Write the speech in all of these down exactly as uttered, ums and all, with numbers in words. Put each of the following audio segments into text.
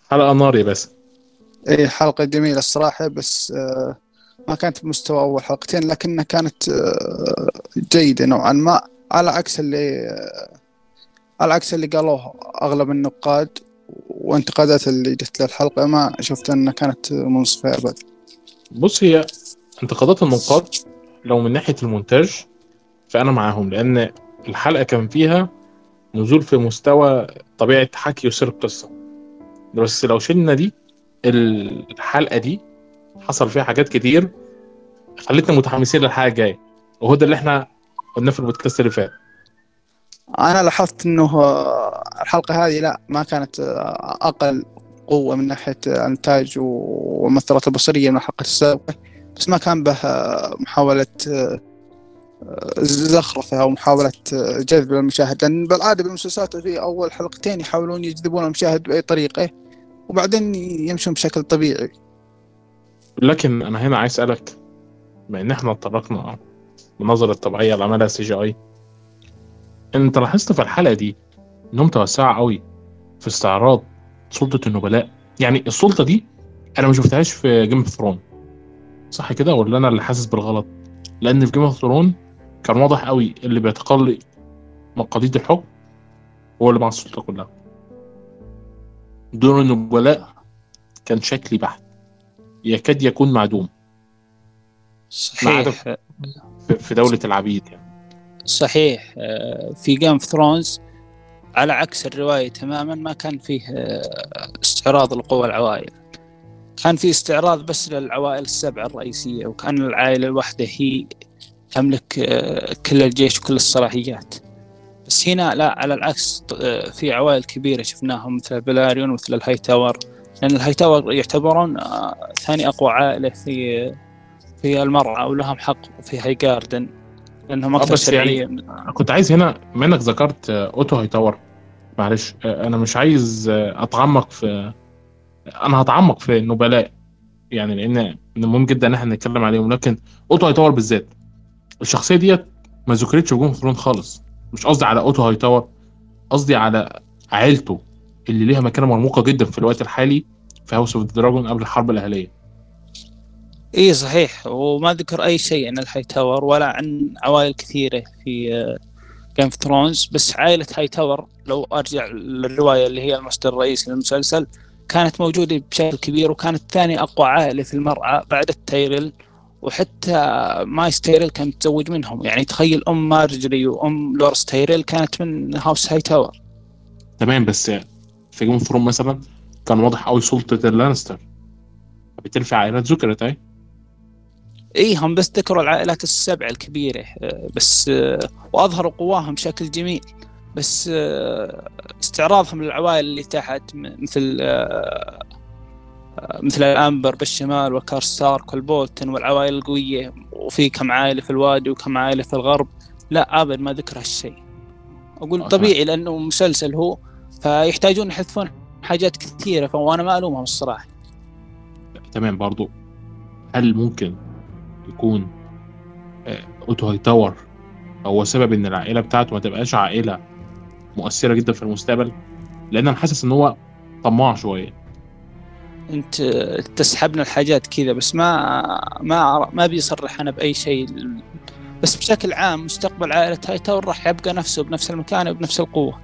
حلقة نار يا باسم. ايه، حلقة جميلة الصراحة. بس آه، ما كانت بمستوى أول حلقتين، لكنها كانت آه، جيدة نوعا ما، على عكس اللي على عكس اللي قالوه أغلب النقاد. وانتقادات اللي جت للحلقة ما شفت أنها كانت منصفة أبدا. بص، هي انتقادات النقاد لو من ناحية المونتاج فأنا معاهم، لأن الحلقة كان فيها نزول في مستوى طبيعة حكي يسير القصة. بس لو شلنا دي، الحلقة دي حصل فيها حاجات كتير خلتنا متحمسين للحلقة الجاية، وهو ده اللي احنا قلنا في البودكاست اللي فات. أنا لاحظت أنه آه، الحلقة هذه لا ما كانت آه، أقل قوة من ناحية آه، إنتاج والمؤثرات البصرية من الحلقة السابقة. بس ما كان به آه، محاولة زخرفة أو محاولة جذب المشاهد، لأن بالعادة بالمسلسلات في أول حلقتين يحاولون يجذبون المشاهد بأي طريقة، وبعدين يمشون بشكل طبيعي. لكن أنا هنا عايز أسألك، بما إن احنا اتطرقنا بالنظرة الطبيعية اللي عملها سي جي آي، أنت لاحظت في الحلقة دي إنهم توسعوا قوي في استعراض سلطة النبلاء؟ يعني السلطة دي أنا ما شفتهاش في جيم اوف ثرون، صح كده ولا أنا اللي حاسس بالغلط؟ لأن في جيم اوف ثرون كان واضح قوي اللي بيتقلي مقاليد الحكم هو اللي مع السلطة كلها. دور النبلاء كان شكلي بحت، يكاد يكون معدوم، ما عدا صحيح. في في دولة العبيد يعني. صحيح. آه، في جيم اوف ثرونز على عكس الرواية تماما ما كان فيه آه، استعراض لقوى العوائل. كان فيه استعراض بس للعوائل السبع الرئيسية، وكان العائلة الواحدة هي تملك آه، كل الجيش وكل الصلاحيات. بس هنا لا، على العكس، آه، في عوائل كبيرة شفناهم مثل بلاريون ومثل الهاي تاور، لأن الهاي تاور يعتبرون آه، ثاني أقوى عائلة في في المرعى، ولهم حق في هاي جاردن لأنهم اه أكثر بس يعني شرعية. كنت عايز هنا، بما انك ذكرت آه، اوتو هاي تاور، معلش، آه، انا مش عايز آه، اتعمق في، انا هتعمق في النبلاء يعني، لان من المهم جدا ان احنا نتكلم عليهم. لكن اوتو هاي تاور بالذات، الشخصيه ديت ما ذكرتش في جيم اوف ثرون خالص. مش قصدي على اوتو هاي تاور، قصدي على عيلته اللي ليها مكانه مرموقه جدا في الوقت الحالي في هاوس اوف دراجون قبل الحرب الاهليه. اي صحيح، وما ذكر اي شيء عن الهاي تاور ولا عن عوائل كثيره في جيم اوف ثرونز. بس عائله هاي تاور لو ارجع للروايه اللي هي المصدر الرئيسي للمسلسل، كانت موجوده بشكل كبير، وكانت ثاني اقوى عائله في المرعى بعد التايرل. وحتى مايس تايرل كان متزوج منهم، يعني تخيل ام مارجري وام لورس تايرل كانت من هاوس هاي تاور. تمام، بس في جيم اوف ثرون مثلا كان واضح قوي سلطه اللانستر، بالتالي في عائلات ذكرت اهي. اي هم بس ذكروا العائلات السبع الكبيره آه، بس آه، واظهروا قواهم بشكل جميل. بس آه، استعراضهم للعوائل اللي تحت م- مثل آه، مثل الامبر بالشمال وكارستارك والبولتن والعوائل القويه، وفي كم عائله في الوادي وكم عائله في الغرب، لا ابد ما ذكر هالشيء. اقول اه تمام. طبيعي لانه مسلسل هو، فيحتاجون يحذفون حاجات كثيره، فانا ما الومهم الصراحه. تمام برضو، هل ممكن يكون آه، اوتو هاي تاور هو سبب ان العائله بتاعته ما تبقاش عائله مؤثره جدا في المستقبل؟ لان انا حاسس ان هو طماع شويه. انت تسحبنا الحاجات كذا، بس ما ما ما بيصرح انا باي شيء. بس بشكل عام مستقبل عائلة هاي تاور راح يبقى نفسه بنفس المكان وبنفس القوة.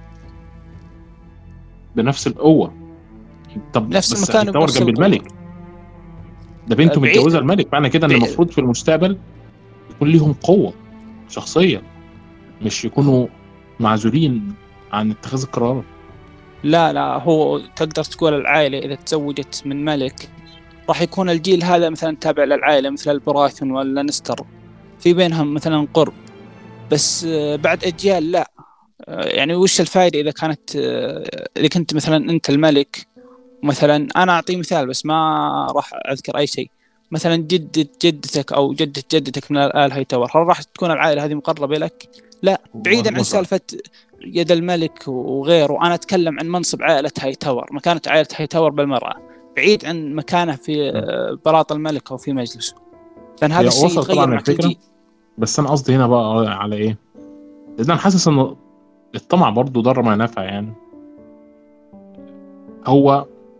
بنفس القوه؟ طب بنفس بس هاي المكان تاور وبنفس جنب القوة. الملك، ده بنته متجوزه بعيد, الملك، معنى كده ان بعيد. المفروض في المستقبل يكون ليهم قوه شخصيه، مش يكونوا معزولين عن اتخاذ القرارات. لا لا، هو تقدر تقول العائلة إذا تزوجت من ملك راح يكون الجيل هذا مثلا تابع للعائلة، مثل البراثون ولا نستر، في بينهم مثلا قرب. بس آه، بعد أجيال لا. آه، يعني وش الفائدة إذا كانت آه، إذا كنت مثلا أنت الملك، مثلا انا اعطي مثال بس ما راح اذكر اي شيء، مثلا جدة جدتك او جدة جدتك من الآل هاي تاور، هل راح تكون العائلة هذه مقربة لك؟ لا، بعيدا عن بص، سالفة يد الملك وغيره. انا اتكلم عن منصب عائلة هاي تاور، مكانة عائلة هاي تاور بالمرأة، بعيد عن مكانه في بلاط الملك او في مجلسه، لان هذا هي الشيء وصل يتغير طبعا مع كل الفكره، جيل. بس انا قصدي هنا بقى على ايه؟ لان انا حاسس ان الطمع برضه ضر مع نفع يعني. هو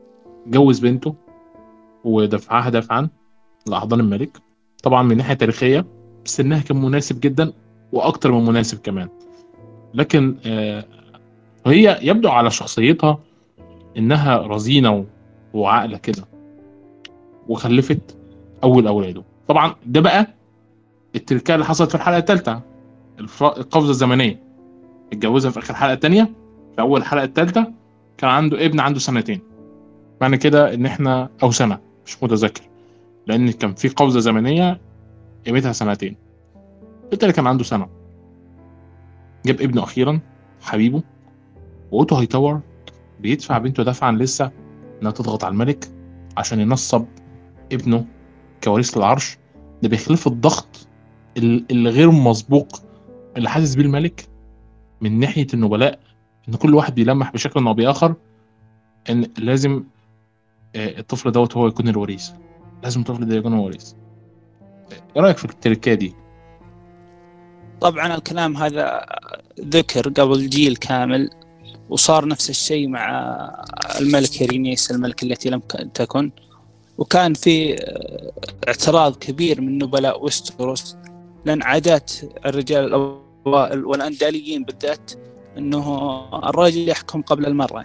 جوز بنته ودفعها دفعا لأحضان الملك. طبعا من ناحية تاريخية سنها كان مناسب جدا وأكتر من مناسب كمان، لكن آه هي يبدو على شخصيتها إنها رزينة وعاقلة كده، وخلفت أول أولاده. طبعا ده بقى التركية اللي حصلت في الحلقة الثالثة، القفزة الزمنية. اتجوزها في آخر الحلقة الثانية، في أول الحلقة الثالثة كان عنده ابن عنده سنتين، معنى كده إن إحنا أو سنة مش متذكر، لأن كان في قفزة زمنية قيمتها سنتين، بالتالي كان عنده سنة. جاب ابنه أخيرا حبيبه، وأوتو هايتاور بيدفع بنته دفعا لسه إنها تضغط على الملك عشان ينصب ابنه كوارث للعرش. ده بيخلف الضغط اللي غير مسبوق اللي حاسس بيه الملك من ناحية النبلاء، إن كل واحد بيلمح بشكل أو بآخر إن لازم الطفل دوت هو يكون الوريث، لازم الطفل ده يكون الوريث. إيه رأيك في التركية دي؟ طبعا الكلام هذا ذكر قبل جيل كامل، وصار نفس الشيء مع الملك إيرينيس الملك التي لم تكن، وكان في اعتراض كبير من نبلاء ويستروس، لأن عادات الرجال الأوائل والأنداليين بالذات أنه الرجل يحكم قبل المرأة،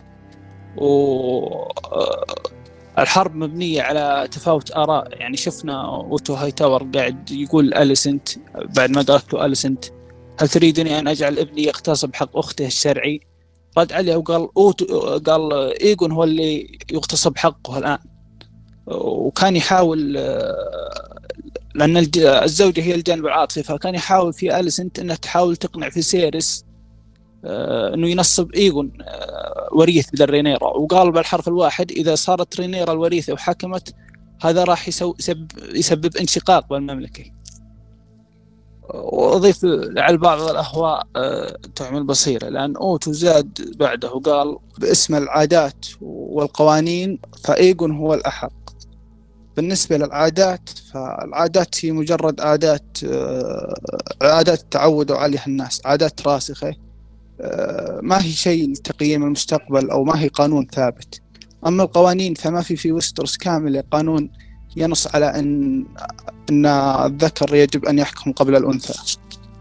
والحرب مبنية على تفاوت آراء. يعني شفنا أوتو هايتاور قاعد يقول أليسنت بعد ما قالت له أليسنت هل تريدني أن أجعل ابني يغتصب حق أخته الشرعي؟ رد عليه وقال أوتو قال إيغون هو اللي يغتصب حقه الآن. وكان يحاول، لأن الزوجة هي الجانب العاطفي، فكان يحاول في أليسنت أنها تحاول تقنع في سيرس أنه ينصب إيغون وريث بدل رينيرا، وقال بالحرف الواحد إذا صارت رينيرا الوريثة وحكمت هذا راح يسبب, يسبب انشقاق بالمملكة. وأضيف على بعض الأهواء تعمل بصيرة، لأن أوتو زاد بعده وقال باسم العادات والقوانين فإيغون هو الأحق. بالنسبة للعادات فالعادات هي مجرد عادات عادات تعودوا عليها الناس، عادات راسخة، ما هي شيء لتقييم المستقبل أو ما هي قانون ثابت. أما القوانين فما في في ويستروس كاملة قانون ينص على أن أن الذكر يجب أن يحكم قبل الأنثى.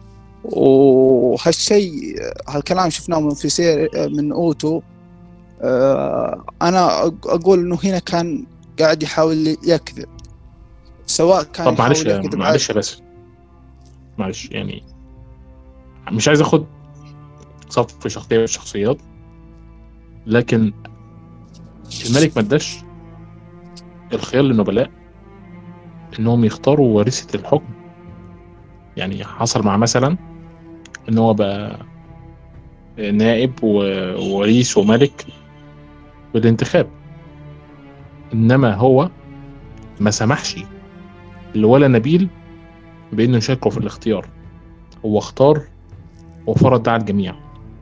وهالشيء هالكلام شفناه من في سير من أوتو. أنا أقول إنه هنا كان قاعد يحاول يكذب، سواء كان طب معلش يحاول معلش بس معلش يعني مش عايز أخد صف في شخصية من الشخصيات، لكن الملك ما اداش الخيار للنبلاء انهم يختاروا ورثة الحكم. يعني حصل مع مثلا ان هو بقى نائب ووريث وملك بالانتخاب، انما هو ما سمحش لولا نبيل بانه يشاركوا في الاختيار، هو اختار وفرض ده على الجميع.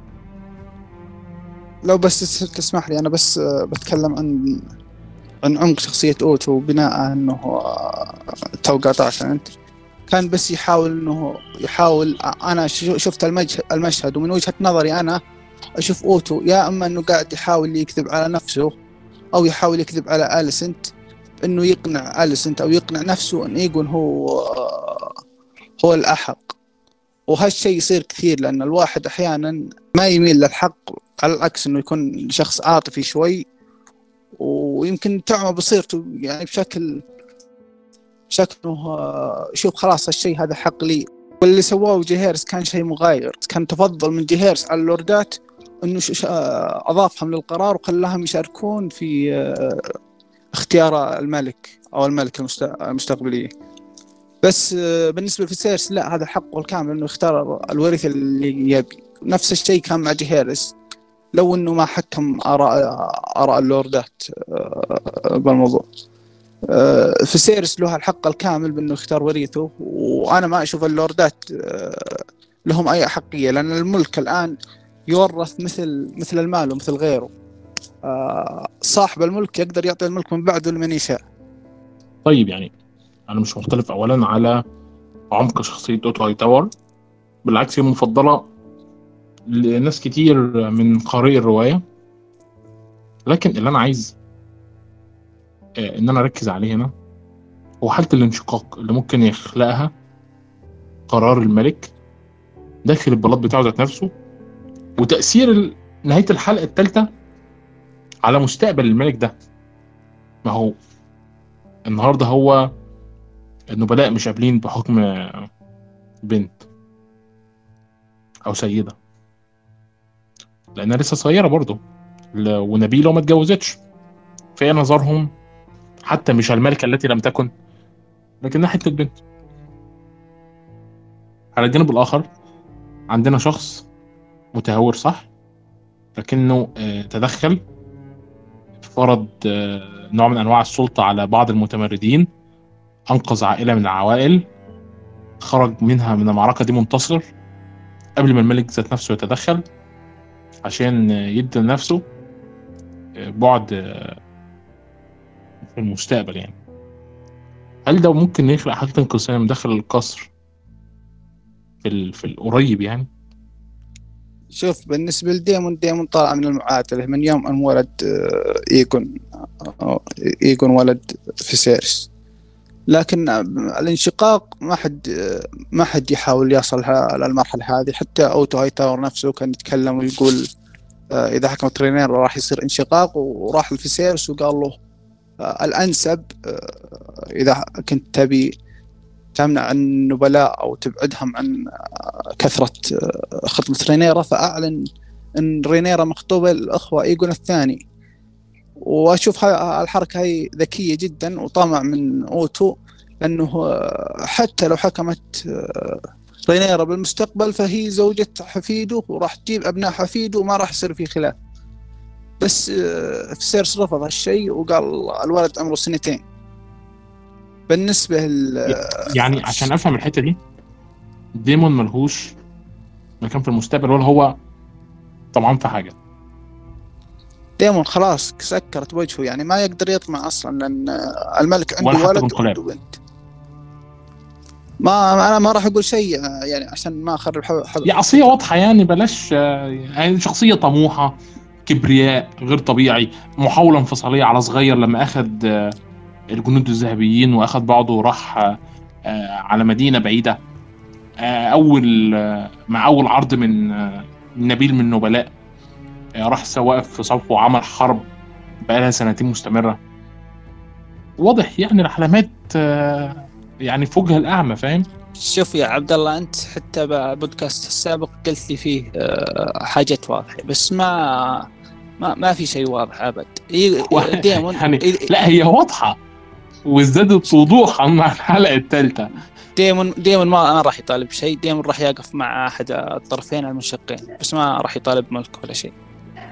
لو بس تسمح لي أنا بس بتكلم عن عن عمق شخصية أوتو، بناء أنه توقعت عشان أنت كان بس يحاول أنه يحاول. أنا شفت المشهد ومن وجهة نظري أنا أشوف أوتو يا أما أنه قاعد يحاول يكذب على نفسه أو يحاول يكذب على أليسنت، أنه يقنع أليسنت أو يقنع نفسه أن يقول هو هو الأحق. وهالشيء يصير كثير لأن الواحد أحيانا ما يميل للحق، على العكس أنه يكون شخص عاطفي شوي، ويمكن تعمى بصيرته يعني بشكل شكله شوف خلاص الشيء هذا حق لي. واللي سواه جيهيرس كان شيء مغاير، كان تفضل من جيهيرس على اللوردات انه اضافهم للقرار وخلاهم يشاركون في اختيار الملك او الملك المستقبلي. بس بالنسبه لفيسيرس لا، هذا حقه الكامل انه يختار الوريث اللي يبي. نفس الشيء كان مع جيهيرس، لو انه ما حكم اراء اراء اللوردات بالموضوع. فيسيرس له الحق الكامل بانه يختار وريثه، وانا ما اشوف اللوردات لهم اي احقيه، لان الملك الان يورث مثل مثل المال ومثل غيره. صاحب الملك يقدر يعطي الملك من بعده لمن يشاء. طيب يعني انا مش مختلف اولا على عمق شخصيه اوتو هايتاور، بالعكس هي مفضله لناس كتير من قارئي الروايه، لكن اللي انا عايز آه، ان انا اركز عليه هنا هو حالة الانشقاق اللي ممكن يخلقها قرار الملك داخل البلاط بتاعه ذات نفسه، وتأثير ال- نهاية الحلقة الثالثة على مستقبل الملك ده. ما هو النهارده هو النبلاء مش قابلين بحكم آه، بنت او سيدة، لانها لسه صغيرة برضه، ل- ونبيلة وما اتجوزتش، فهي نظرهم حتى مش الملكة التي لم تكن، لكنها حتة بنت. على الجانب الآخر عندنا شخص متهور صح، لكنه آه، تدخل، فرض آه، نوع من أنواع السلطة على بعض المتمردين، أنقذ عائلة من العوائل، خرج منها من المعركة دي منتصر قبل ما الملك ذات نفسه يتدخل، عشان آه، يدي لنفسه آه، بعد آه، في المستقبل يعني. هل ده ممكن يخلق حالة انقسام داخل القصر في ال- في القريب يعني؟ شوف بالنسبة لديمون، ديمون طالع من المعادلة من يوم أن ولد آه، إيجون آه، إيجون ولد فيسيرس، لكن الانشقاق ما حد آه، ما حد يحاول يصل ه- للمرحلة هذه. حتى أوتو هاي تاور نفسه كان يتكلم ويقول آه، إذا حكم ترينير راح يصير انشقاق، وراح الفيسيرس وقال له آه، الأنسب آه، إذا كنت تبي تمنع النبلاء أو تبعدهم عن آه، كثرة آه، خطبة رينيرا، فأعلن أن رينيرا مخطوبة للأخوة إيجون الثاني. وأشوف هاي الحركة هاي ذكية جدا وطمع من أوتو، لأنه آه، حتى لو حكمت آه، رينيرا بالمستقبل فهي زوجة حفيده وراح تجيب أبناء حفيده وما راح يصير في خلاف. بس آه، فيسيرس رفض هالشيء وقال الولد عمره سنتين. بالنسبة ل يعني عشان أفهم الحتة دي، ديمون ملهوش مكان في المستقبل، ولا هو طبعا في حاجة؟ ديمون خلاص سكرت وجهه، يعني ما يقدر يطمع اصلا، لان الملك عنده ولا حتى ولد بانقلاب؟ وعنده بنت. ما انا ما راح اقول شيء يعني عشان ما اخرب حب... حب... هي عصية واضحة يعني، بلاش آه، يعني شخصية طموحة، كبرياء غير طبيعي، محاولة انفصالية على صغير لما أخد آه، الجنود الذهبيين وأخد بعضه وراح آه، آه، على مدينة بعيدة، آه، أول آه، مع أول عرض من آه، نبيل من النبلاء، آه، راح سواقف في صفه وعمل حرب بقالها سنتين مستمرة. واضح يعني العلامات آه، يعني في وجه الأعمى، فاهم؟ شوف يا عبد الله، انت حتى بودكاست السابق قلت لي فيه آه، حاجات واضحه، بس ما ما ما في شيء واضح ابد. ي- هو ديمون يعني لا، هي واضحة وازدادت وضوحا مع الحلقة الثالثة. ديمون ديمون ما ما راح يطالب بشيء. ديمون راح يقف مع احد الطرفين المنشقين، بس ما راح يطالب ملك ولا شيء.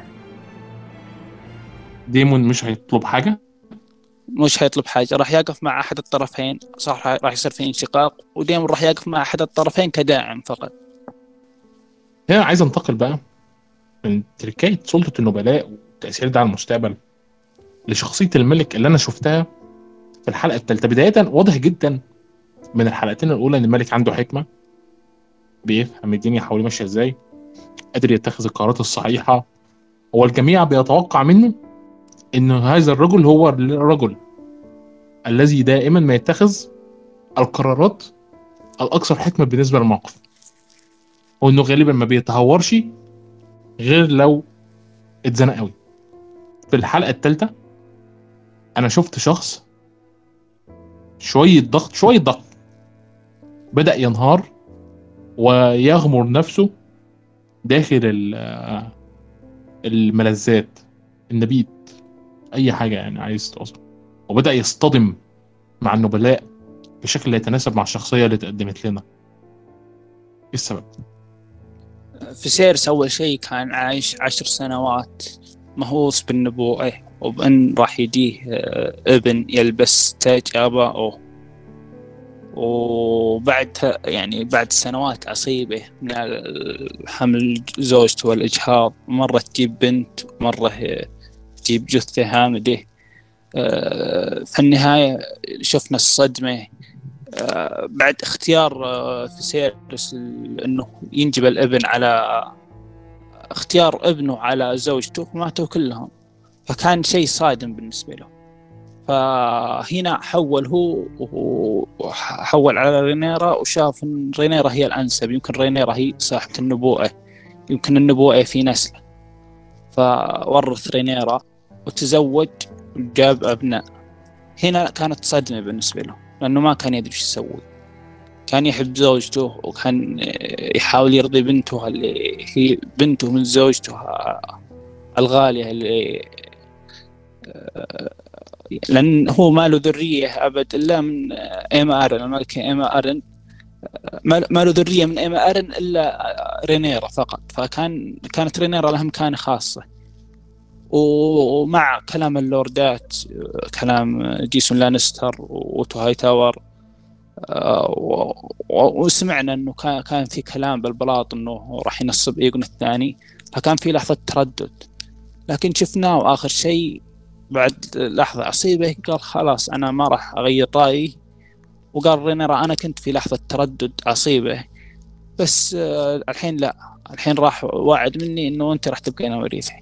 ديمون مش هيطلب حاجة. مش هيطلب حاجه، راح يقف مع احد الطرفين. صح، راح يصير في انشقاق، وديمون راح يقف مع احد الطرفين كداعم فقط. هنا عايز انتقل بقى من تركية سلطة النبلاء والتأثير ده على المستقبل لشخصية الملك اللي أنا شفتها في الحلقة الثالثة. بداية واضح جدا من الحلقتين الأولى إن الملك عنده حكمة، بيفهم الدنيا حواليه ماشية إزاي، قادر يتخذ القرارات الصحيحة. هو الجميع بيتوقع منه إن هذا الرجل هو الرجل الذي دائما ما يتخذ القرارات الأكثر حكمة بالنسبة للموقف، وإنه غالبا ما بيتهورش غير لو اتزنق قوي. في الحلقة الثالثة أنا شفت شخص شوية ضغط شوية ضغط بدأ ينهار ويغمر نفسه داخل ال- الملذات، النبيت، أي حاجة يعني عايز توصل، وبدأ يصطدم مع النبلاء بشكل لا يتناسب مع الشخصية اللي تقدمت لنا. إيه السبب؟ في سيرس أول شيء كان عايش عشر سنوات مهووس بالنبوءة، وبأن راح يجيه آه، ابن يلبس تاج آبائه. وبعد يعني بعد سنوات عصيبة من حمل زوجته والإجهاض، مرة تجيب بنت، مرة تجيب جثة هامدة. آه، في النهاية شفنا الصدمة آه، بعد اختيار آه، في سيرس انه ينجب الابن على اختيار ابنه على زوجته، ماتوا كلهم. فكان شيء صادم بالنسبة له. فهنا حول هو وحول على رينيرا وشاف ان رينيرا هي الانسب، يمكن رينيرا هي صاحبة النبوءة، يمكن النبوءة في نسله، فورث رينيرا وتزوج وجاب ابناء. هنا كانت صدمة بالنسبة له لانه ما كان يدري ايش يسوي، كان يحب زوجته وكان يحاول يرضي بنته اللي هي بنته من زوجته الغالية، اللي لأن هو ما له ذرية أبد إلا من إيما أرن، الملكة إيما أرن ما له ذرية من إيما أرن إلا رينيرا فقط، فكان كانت رينيرا لها مكانة خاصة. ومع كلام اللوردات، كلام جيسون لانستر وأوتو هايتاور، وسمعنا أنه كان في كلام بالبلاط أنه راح ينصب إيغون الثاني، فكان في لحظة تردد. لكن شفناه وآخر شيء بعد لحظة عصيبة قال خلاص أنا ما راح أغير رأيي، وقال رينيرا أنا كنت في لحظة تردد عصيبة بس آه الحين لا، الحين راح واعد مني إنه أنت راح تبقين وريثي.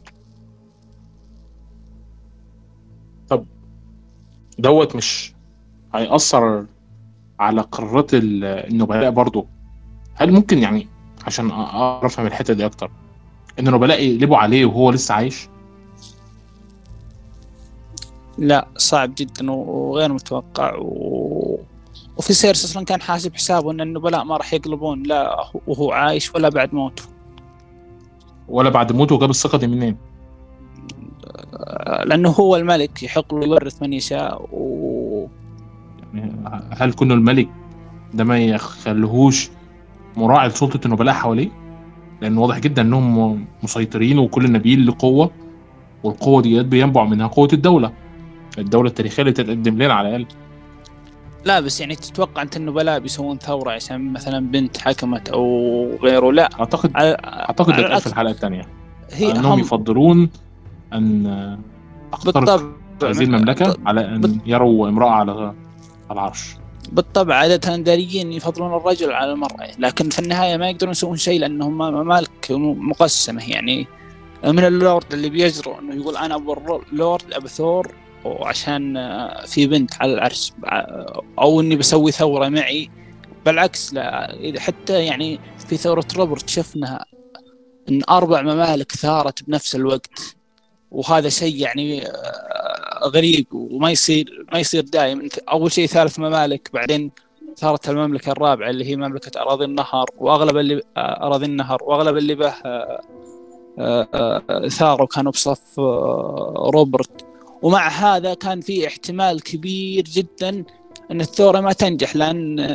طب دوت مش هيأثر على قرارات النبلاء برضو؟ هل ممكن يعني عشان أعرف أفهم الحتة دي أكتر إن النبلاء يقلبوا عليه وهو لسه عايش؟ لا صعب جدا وغير متوقع، و... وفي سيرس أصلا كان حاسب حسابه أن النبلاء ما راح يقلبون لا وهو عايش ولا بعد موته. ولا بعد موته؟ جاب الثقة دي منين؟ لأنه هو الملك يحق له يورث من يشاء. و... يعني هل كونه الملك ده ما يخليهوش مراعي لسلطة النبلاء حواليه؟ لأن واضح جدا أنهم مسيطرين وكل نبيل له قوة، والقوة دي بينبع منها قوة الدولة الدولة التاريخية اللي تتقدم لنا على الأقل. لا بس يعني تتوقع أنت النبلاء بيسوون ثورة عشان مثلا بنت حكمت أو غيره؟ لا أعتقد على... أعتقد على ده في الحلقة الثانية هي أنهم هم... يفضلون أن تخترق هذه المملكة على أن بط... يروا امرأة على العرش. بالطبع عادة داريين يفضلون الرجل على المرأة، لكن في النهاية ما يقدرون يسوون شيء لأنهم ممالك مقسمة. يعني من اللورد اللي بيجرؤ أنه يقول أنا أبو اللورد أبو ثور وعشان في بنت على العرش، أو أني بسوي ثورة معي. بالعكس لا، حتى يعني في ثورة روبرت شفنا أن أربع ممالك ثارت بنفس الوقت، وهذا شيء يعني غريب وما يصير ما يصير دائما. أول شيء ثالث ممالك، بعدين ثارت المملكة الرابعة اللي هي مملكة أراضي النهر، وأغلب اللي أراضي النهر وأغلب اللي به ثاروا كانوا بصف روبرت. ومع هذا كان في احتمال كبير جدا أن الثورة ما تنجح، لأن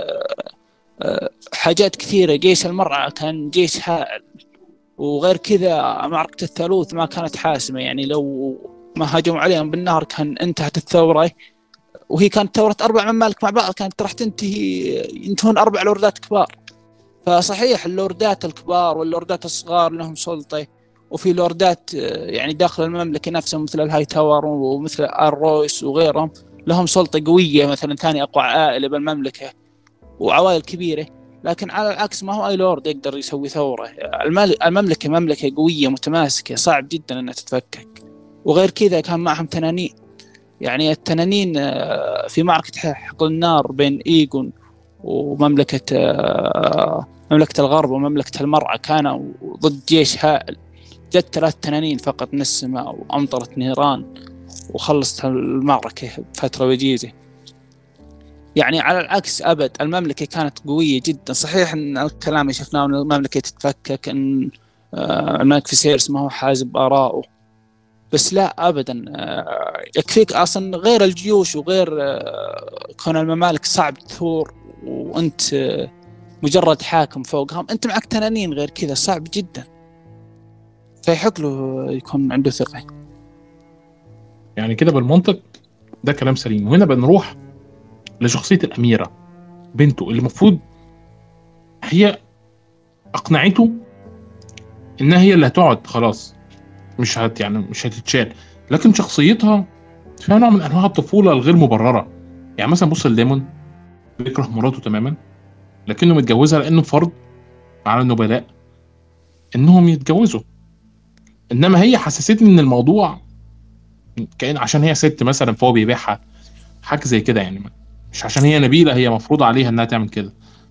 حاجات كثيرة. جيش المرأة كان جيش هائل، وغير كذا معركة الثالوث ما كانت حاسمة، يعني لو ما هاجموا عليهم بالنهر كان انتهت الثورة. وهي كانت ثورة أربع ممالك مع بعض، كانت راح تنتهي ينتهون أربع لوردات كبار. فصحيح اللوردات الكبار واللوردات الصغار لهم سلطة، وفي لوردات يعني داخل المملكة نفسها مثل الهاي تاور ومثل الرويس وغيرهم لهم سلطة قوية، مثلا ثاني أقوى عائلة بالمملكة وعوائل كبيرة. لكن على العكس ما هو أي لورد يقدر يسوي ثورة. المملكة مملكة قوية متماسكة، صعب جدا أنها تتفكك. وغير كذا كان معهم تنانين، يعني التنانين في معركة حقل النار بين إيغون ومملكة مملكة الغرب ومملكة المرأة كانوا ضد جيش هائل. جت ثلاث تنانين فقط من السماء وأمطرت نيران وخلصت المعركة بفترة وجيزة. يعني على العكس أبد المملكة كانت قوية جدا. صحيح أن الكلام اللي شفناه أن المملكة تتفكك، أن الملك فيسيرس ما هو حازب آراءه، بس لا أبدا. يكفيك أصلا غير الجيوش وغير كون الممالك صعب تثور وأنت مجرد حاكم فوقهم، أنت معك تنانين، غير كذا صعب جدا. فيحق له يكون عنده ثقة. يعني كده بالمنطق ده كلام سليم. وهنا بنروح لشخصية الأميرة بنته اللي المفروض هي أقنعته إنها هي اللي هتقعد خلاص، مش هت يعني مش هتتشال. لكن شخصيتها فيها نوع من أنواع الطفولة الغير مبررة. يعني مثلا بص لديمون بيكره مراته تماما، لكنه متجوزها لأنه فرض على النبلاء إنهم يتجوزوا. إنما هي حسستني إن الموضوع كأن عشان هي ست مثلا فهو بيبيعها، حاجه زي كده يعني، مش عشان هي نبيله هي مفروض عليها انها تعمل كده.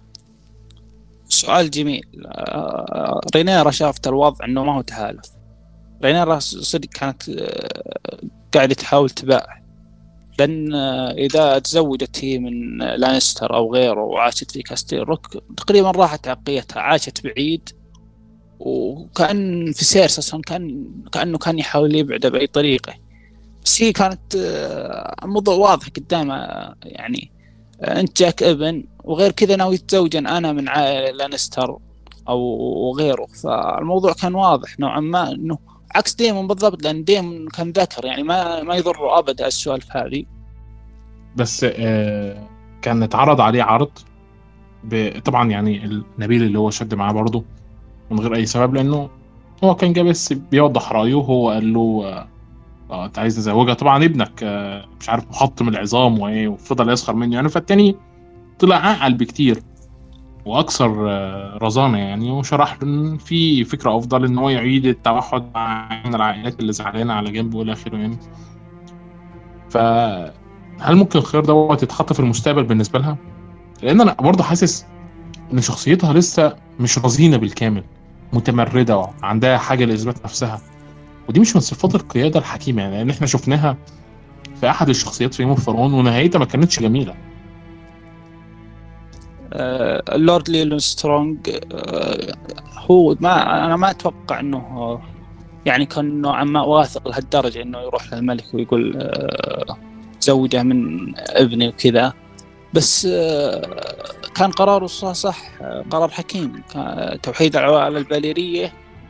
سؤال جميل. آه، رينيرا شافت الوضع انه ما هو تهالف. رينيرا صدق كانت آه، قاعدة تحاول تباع، لأن آه، إذا تزوجت هي من لانستر أو غيره وعاشت في كاستيل روك تقريبا راحت عقليتها، عاشت بعيد، وكأن في سيرس أصلا كان كأنه كان يحاول يبعد بأي طريقة. بس هي كانت آه، الموضوع واضح قدامها، يعني آه، أنت جاك ابن وغير كذا ناوي تتزوجن أنا من عائلة لانستر أو غيره. فالموضوع كان واضح نوعا ما، إنه عكس ديمون بالضبط، لأن ديمون كان ذكر يعني ما ما يضره أبدا السوالف هذه. بس آه كان اتعرض عليه عرض ب- طبعا يعني النبيل اللي هو شد معاه برضه من غير اي سبب، لانه هو كان جاي بس بيوضح رايه. هو قال له آه آه، انت عايز تزوجها طبعا ابنك آه مش عارف محطم العظام وايه، وفضل يسخر منه يعني. فالتاني طلع اعقل بكتير واكثر آه رزانه يعني، وشرح له ان في فكره افضل ان هو يعيد التوحد مع العائلات اللي زعلانه على جنب والى اخره يعني. فهل ممكن الخيار دوت يتحط في المستقبل بالنسبه لها؟ لان انا برضه حاسس ان شخصيتها لسه مش رزينه بالكامل، متمرده وعندها حاجه لاثبات نفسها، ودي مش من صفات القياده الحكيمه يعني. لان احنا شفناها في احد الشخصيات في جيم اوف ثرون ونهايتها ما كانتش جميله. آه، اللورد ليلون سترونج آه، هو ما أنا ما أتوقع إنه آه، يعني كان نوعا ما واثق لهالدرجة إنه يروح للملك ويقول آه، زوجه من ابني وكذا. بس آه، كان قراره صح, صح آه، قرار حكيم. كان توحيد العوائل الباليرية،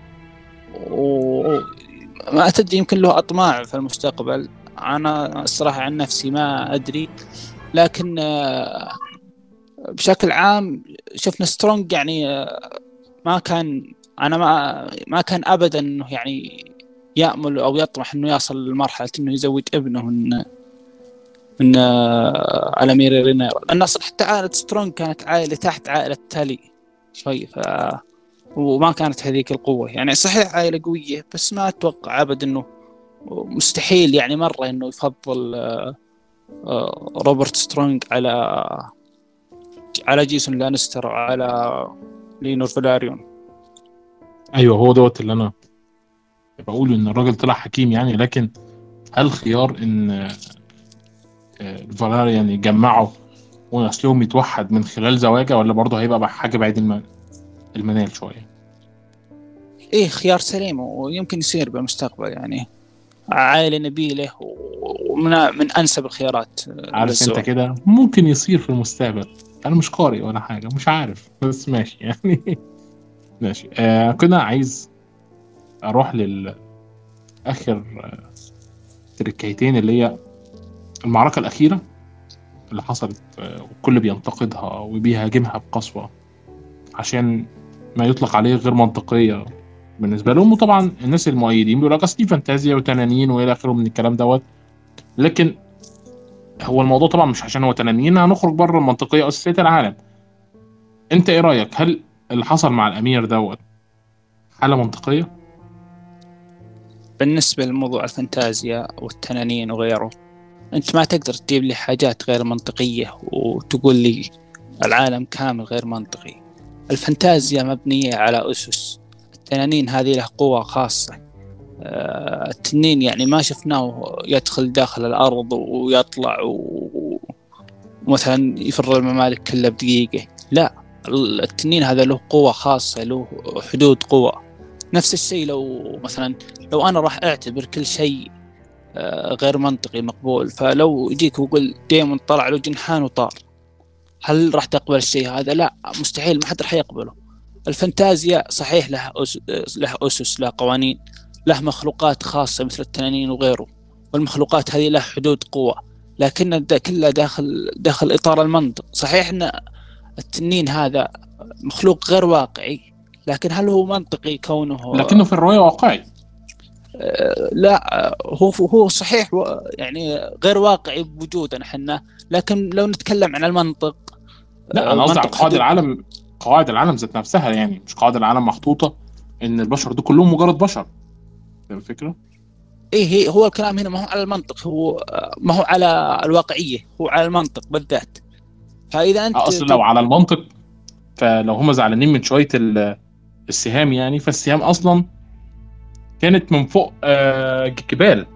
وما أدري يمكن له أطماع في المستقبل. أنا الصراحة عن نفسي ما أدري، لكن آه، بشكل عام شفنا سترونج يعني آه، ما كان أنا ما ما كان أبدا إنه يعني يأمل أو يطمح إنه يصل لمرحلة إنه يزوج ابنه من من آه، على ميري رينيرا. لأن أصلا حتى عائلة سترونج كانت عائلة تحت عائلة تالي شوي، ف وما كانت هذيك القوة. يعني صحيح عائلة قوية، بس ما أتوقع أبدا إنه مستحيل يعني مرة إنه يفضل آه، آه، روبرت سترونج على على جيسون لانستر وعلى لينور فلاريون. ايوه هو دوت اللي انا بقول، ان الراجل طلع حكيم يعني. لكن هل خيار ان آه، الفالاريان يجمعوا ونسلهم يتوحد من خلال زواجه، ولا برضه هيبقى بقى حاجه بعيد الم- المنال شويه؟ إيه خيار سليم ويمكن يصير بالمستقبل، يعني عائلة نبيلة ومن من أنسب الخيارات آه، عارف انت للزواج. كده ممكن يصير في المستقبل. انا مش قارئ ولا حاجه، مش عارف، بس ماشي يعني. ماشي. آه كده عايز اروح للاخر تركيتين، اللي هي المعركه الاخيره اللي حصلت آه والكل بينتقدها وبيهاجمها بقسوه عشان ما يطلق عليه غير منطقيه بالنسبه لهم. وطبعا الناس المؤيدين بيقول لك اصل دي فانتازيا وتنانين والى اخره من الكلام دوت. لكن هو الموضوع طبعا مش عشان هو تنانين هنخرج بره المنطقيه اساسيه العالم. انت ايه رايك؟ هل اللي حصل مع الامير دوت حاله منطقيه؟ بالنسبة لموضوع الفانتازيا والتنانين وغيره، أنت ما تقدر تجيب لي حاجات غير منطقية وتقول لي العالم كامل غير منطقي. الفانتازيا مبنية على أسس، التنانين هذه له قوة خاصة. آه، التنين يعني ما شفناه يدخل داخل الأرض ويطلع و- ومثلا يفر الممالك كلها بدقيقة، لا. التنين هذا له قوة خاصة، له حدود قوة. نفس الشيء لو مثلا لو أنا راح أعتبر كل شيء آه، غير منطقي مقبول، فلو يجيك ويقول ديمون طلع له جنحان وطار، هل راح تقبل الشيء هذا؟ لا، مستحيل، ما حد راح يقبله. الفانتازيا صحيح له أس... له أسس، له قوانين، له مخلوقات خاصة مثل التنانين وغيره، والمخلوقات هذه له حدود قوة، لكن دا كلها داخل داخل إطار المنطق. صحيح أن التنين هذا مخلوق غير واقعي، لكن هل هو منطقي كونه لكنه في الروايه واقعي. آه، لا آه، هو هو صحيح و- يعني غير واقعي بوجودنا احنا، لكن لو نتكلم عن المنطق لا آه، انا قصدي على منطق قواعد حدود. العالم، قواعد العالم ذات نفسها يعني، مش قواعد العالم محطوطه ان البشر دول كلهم مجرد بشر. فاهم الفكره؟ إيه هي هو الكلام هنا ما هو على المنطق، هو ما هو على الواقعية، هو على المنطق بالذات. فإذا أنت اصل لو تب... على المنطق، فلو هم زعلانين من شويه ال- السهام يعني، فالسهام اصلا كانت من فوق آه، جبال.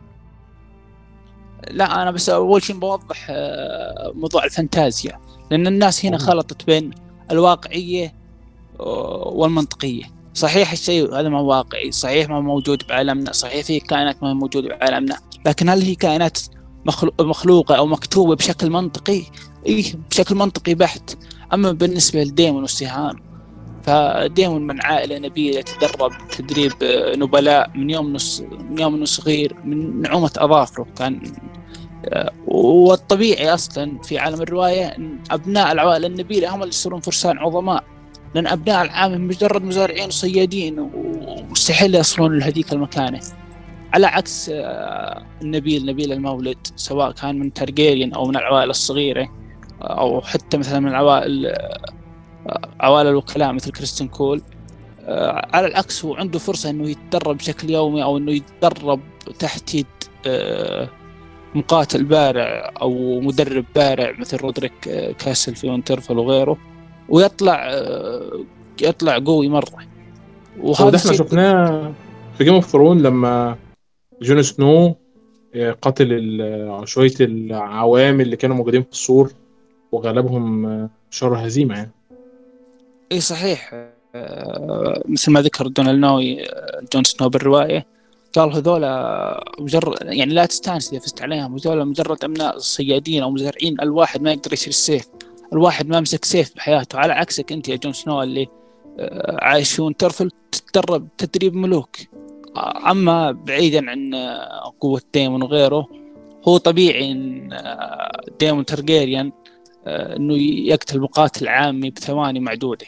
لا أنا بس أول شيء بوضح آه، موضوع الفانتازيا، لأن الناس هنا أوه. خلطت بين الواقعية آه، والمنطقية. صحيح الشيء هذا ما هو واقعي، صحيح ما هو موجود بعالمنا، صحيح في كائنات ما هي موجودة بعالمنا، لكن هل هي كائنات مخلو- مخلوقة أو مكتوبة بشكل منطقي؟ إيه بشكل منطقي بحت. أما بالنسبة لديمون والسهام، فديمون من عائلة نبيلة، تدرب تدريب آه، نبلاء من يوم نص من يوم إنه صغير، من نعومة أظافره كان. آه، والطبيعي أصلا في عالم الرواية أن أبناء العوائل النبيلة هم اللي يصيرون فرسان عظماء، لأن أبناء العالم مجرد مزارعين وصيادين، ومستحيل يصلون لهذيك المكانة. على عكس آه، النبيل نبيل المولد، سواء كان من تارجيريان أو من العوائل الصغيرة، أو حتى مثلا من العوائل عوائل الوكلاء مثل كريستين كول، آه، على العكس هو عنده فرصة إنه يتدرب بشكل يومي، أو إنه يتدرب تحت يد آه، مقاتل بارع أو مدرب بارع مثل رودريك آه، كاسل في وينترفل وغيره، ويطلع آه، يطلع قوي مرة. هو وهذا ده احنا الشيء شفناه في جيم اوف ثرون لما جون سنو آه، قتل ال- شويه العوام اللي كانوا موجودين في السور، وغلبهم آه، شر هزيمه يعني. اي صحيح. آه، مثل ما ذكر دونال نوي آه، جون سنو بالرواية، قال هذولا مجرد يعني لا تستانس إذا فزت عليهم، هذولا مجرد أبناء صيادين أو مزارعين، الواحد ما يقدر يشيل السيف، الواحد ما مسك سيف بحياته. على عكسك أنت يا جون سنو اللي آه، عايش في وينترفيل، تتدرب تدريب ملوك. آه، أما بعيدا عن آه، قوة ديمون وغيره، هو طبيعي إن آه، ديمون ترجيريان آه، إنه يقتل مقاتل عامي بثواني معدودة.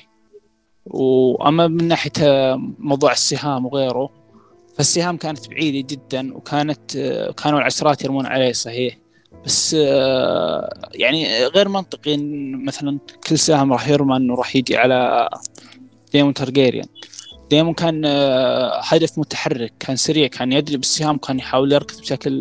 وأما من ناحية موضوع السهام وغيره، فالسهام كانت بعيدة جدا، وكانت كانوا العشرات يرمون عليه صحيح، بس يعني غير منطقي إن مثلا كل سهم راح يرمى إنه راح يجي على ديمون تارجيريان. ديمون كان هدف متحرك، كان سريع، كان يدري بالسهام، كان يحاول يركض بشكل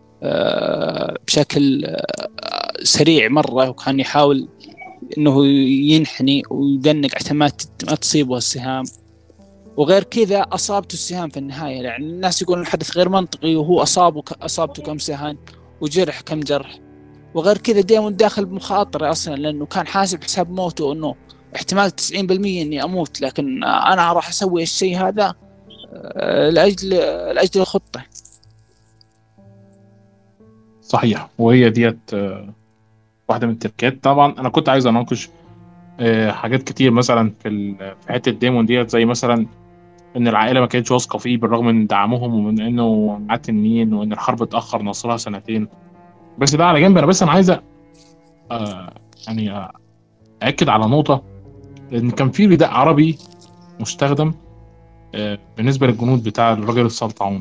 بشكل سريع مرة، وكان يحاول إنه ينحني ويدنق عشان ما ما تصيبه السهام. وغير كذا أصابته السهام في النهاية، يعني الناس يقولون الحدث غير منطقي، وهو أصابه أصابته كم سهم وجرح كم جرح. وغير كذا ديمون داخل بمخاطرة أصلا، لأنه كان حاسب حساب موته، أنه احتمال تسعين بالمية إني أموت، لكن أنا راح أسوي الشيء هذا آه، لأجل لأجل الخطة. صحيح، وهي ديت آه، واحده من التركات. طبعا انا كنت عايز اناقش آه، حاجات كتير مثلا في ال- في حته ديمون ديت، زي مثلا ان العائله ما كانتش واثقه فيه بالرغم من دعمهم ومن انه معاه تنين، وان الحرب اتاخر نصرها سنتين. بس ده على جنب. انا بس انا عايز آه، يعني آه، اكد على نقطه، ان كان في رداء عربي مستخدم آه، بالنسبه للجنود بتاع الراجل السلطعون.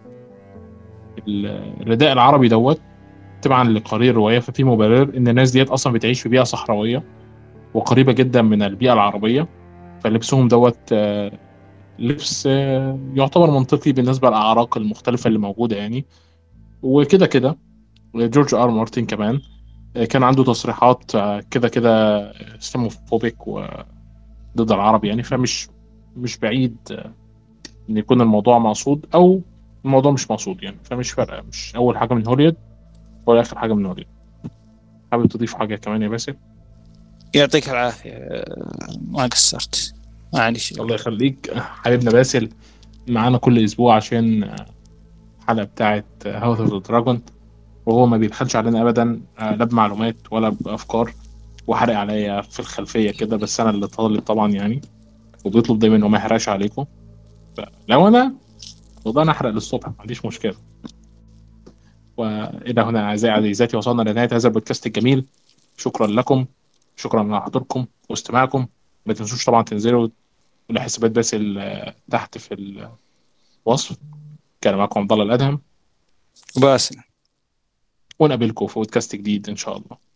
الرداء العربي دوت تبعا لقرير الروايه، ففي مبرر ان الناس ديت اصلا بتعيش في بيئه صحراويه وقريبه جدا من البيئه العربيه، فلبسهم دوت آه، لبس آه، يعتبر منطقي بالنسبه للاعراق المختلفه اللي موجوده يعني. وكده كده جورج ار مارتن كمان آه، كان عنده تصريحات آه، كده كده اسلاموفوبيك وضد العرب يعني. فمش مش بعيد آه، ان يكون الموضوع مقصود او الموضوع مش مقصود يعني. فمش فارقه، مش اول حاجه من هوليود ولا اخر حاجه من هوليود. حابب تضيف حاجه كمان يا باسل؟ يعطيك العافية آه، ما قصرت، ما عندي شيء. الله يخليك حبيبنا باسل، معانا كل اسبوع عشان الحلقه بتاعه هاوس اوف ذا دراجون، وهو ما بيبخلش علينا ابدا آه، لا بمعلومات ولا بافكار، وحرق عليا في الخلفيه كده، بس انا اللي طالب طبعا يعني، وبيطلب دايما انه ما يحرقش عليكم. لو انا وده انا احرق للصبح ما عنديش مشكله. والى هنا اعزائي عزيزاتي وصلنا لنهايه هذا البودكاست الجميل. شكرا لكم، شكرا على حضوركم واستماعكم. ما تنسوش طبعا تنزلوا لحسابات باسل آه، تحت في الوصف. كان معكم عبد الله الادهم، باسل. ونقابلكم في بودكاست جديد ان شاء الله.